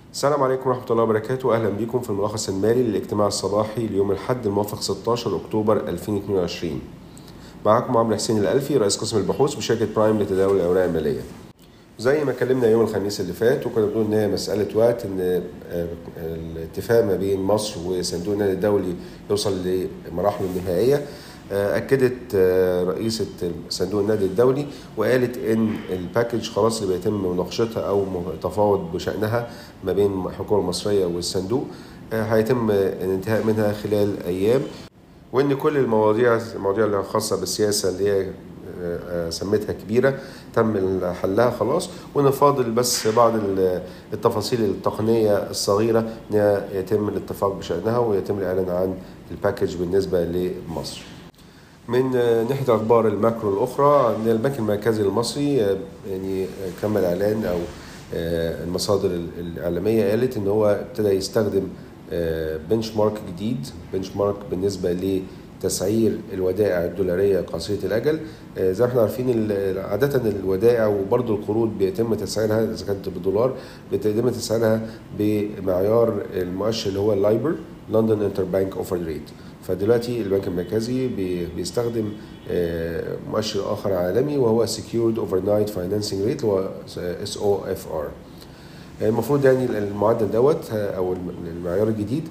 السلام عليكم ورحمة الله وبركاته. أهلا بكم في الملخص المالي للاجتماع الصباحي ليوم الأحد الموافق 16 أكتوبر 2022. معكم عمرو حسين الألفي رئيس قسم البحوث بشركة برايم لتداول الأوراق المالية. زي ما اتكلمنا يوم الخميس اللي فات وكنا بنقول إن هي مسألة وقت إن الاتفاق ما بين مصر وصندوق النقد الدولي يوصل لمراحله النهائية. أكدت رئيسة صندوق النقد الدولي وقالت إن الباكج خلاص اللي بيتم مناقشتها أو تفاوض بشأنها ما بين الحكومة المصرية والصندوق هيتم الانتهاء منها خلال أيام، وإن كل المواضيع اللي خاصة بالسياسة اللي هي سمتها كبيرة تم حلها خلاص، وإن فاضل بس بعض التفاصيل التقنية الصغيرة إن يتم الاتفاق بشأنها ويتم الإعلان عن الباكج بالنسبة لمصر. من ناحية الأخبار الماكرو الأخرى، عندنا البنك المركزي المصري يعني كمل إعلان أو المصادر الإعلامية قالت إن هو ابتدى يستخدم بنش مارك جديد، بنش مارك بالنسبة لتسعير الودائع الدولارية قصيرة الأجل. زي ما احنا عارفين عادة الودائع وبرضه القروض بيتم تسعيرها إذا كانت بالدولار بيتم تسعيرها بمعيار المؤشر اللي هو اللايبر لندن انتر بانك اوفر ريت. فدلوقتي البنك المركزي بيستخدم مؤشر آخر عالمي وهو Secured Overnight Financing Rate اللي هو SOFR. المفروض يعني المعدل دوت أو المعيار الجديد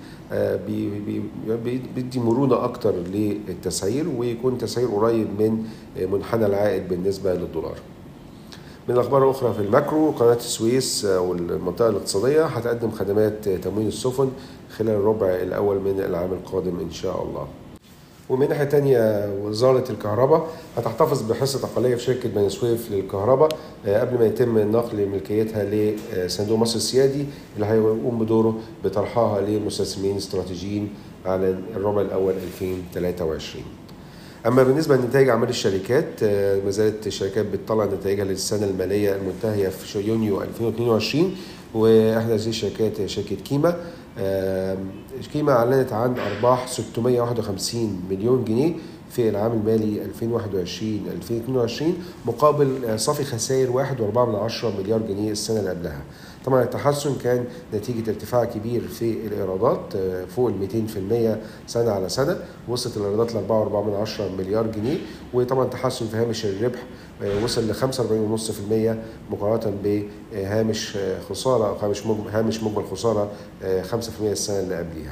بيدي مرونة أكتر للتسعير ويكون تسعير قريب من منحنى العائد بالنسبة للدولار. من الأخبار الأخرى في الماكرو، قناة السويس والمنطقة الاقتصادية هتقدم خدمات تموين السفن خلال الربع الأول من العام القادم إن شاء الله. ومن ناحية تانية، وزارة الكهرباء هتحتفظ بحصة أقلية في شركة بني سويف للكهرباء قبل ما يتم نقل ملكيتها لصندوق مصر السيادي اللي هيقوم بدوره بطرحها لمستثمرين استراتيجيين على الربع الأول 2023. أما بالنسبة لنتائج أعمال الشركات، ما زالت الشركات بتطلع نتائجها للسنة المالية المنتهية في يونيو 2022، وإحدى هذه الشركات شركة كيما. كيما أعلنت عن أرباح 651 مليون جنيه في العام المالي 2021-2022 مقابل صافي خسائر 1.4 مليار جنيه السنة اللي قبلها. طبعا التحسن كان نتيجة ارتفاع كبير في الإيرادات فوق 200% سنة على سنة، وصلت الإيرادات ل 4.4 مليار جنيه، وطبعا تحسن في هامش الربح وصل ل 45.5% مقارنة بهامش خسارة أو هامش مجمل خسارة 5% السنة اللي قبلها.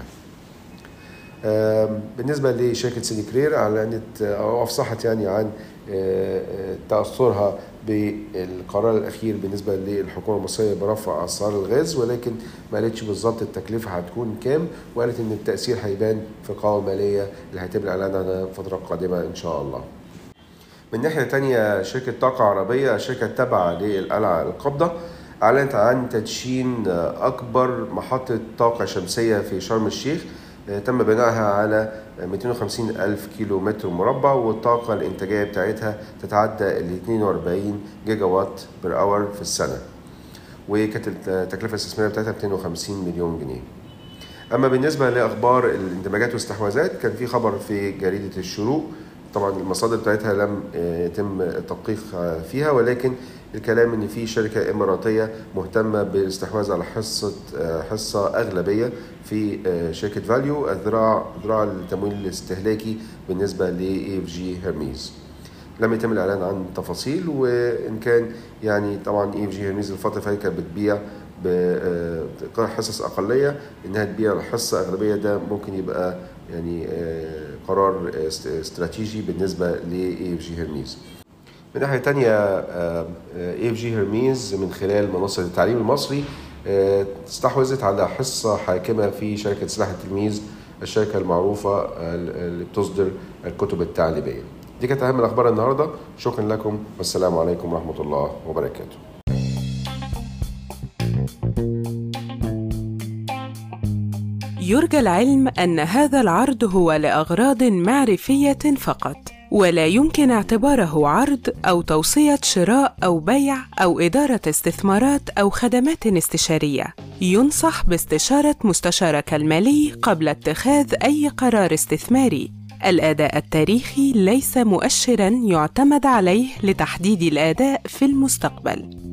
بالنسبة لشركة سينيكرير أعلنت أو أفصحت يعني عن تأثرها بالقرار الأخير بالنسبة للحكومة المصرية برفع أسعار الغاز، ولكن ما قالتش بالظبط التكلفة هتكون كام، وقالت إن التأثير هيبان في القوائم المالية اللي هيتم الإعلان عنها الفترة القادمة إن شاء الله. من ناحية تانية، شركة طاقة عربية شركة تابعة للقلعة القابضة أعلنت عن تدشين أكبر محطة طاقة شمسية في شرم الشيخ، تم بنائها على 250 ألف كيلو متر مربع، والطاقة الإنتاجية بتاعتها تتعدى 42 جيجا وات بر أور في السنة، وكانت التكلفة الاستثمارية بتاعتها 250 مليون جنيه. أما بالنسبة لأخبار الاندماجات والاستحواذات، كان في خبر في جريدة الشروق، طبعا المصادر بتاعتها لم يتم التدقيق فيها، ولكن الكلام ان في شركه اماراتيه مهتمه بالاستحواذ على حصه اغلبيه في شركه فاليو الذراع التمويل الاستهلاكي بالنسبه ل EFG هيرميز. لم يتم الاعلان عن تفاصيل، وان كان يعني طبعا EFG هيرميز الفتره اللي فاتت كانت بتبيع بحصص اقليه، انها تبيع حصه اغلبيه ده ممكن يبقى يعني قرار استراتيجي بالنسبه ل EFG هيرميز. من ناحية تانية، EFG هيرميز من خلال منصة التعليم المصري استحوذت على حصة حاكمة في شركة سلاح التلميذ، الشركة المعروفة اللي بتصدر الكتب التعليمية. دي كانت أهم الأخبار النهاردة. شكرا لكم والسلام عليكم ورحمة الله وبركاته. يرجى العلم أن هذا العرض هو لأغراض معرفية فقط، ولا يمكن اعتباره عرض أو توصية شراء أو بيع أو إدارة استثمارات أو خدمات استشارية. ينصح باستشارة مستشارك المالي قبل اتخاذ أي قرار استثماري. الأداء التاريخي ليس مؤشراً يعتمد عليه لتحديد الأداء في المستقبل.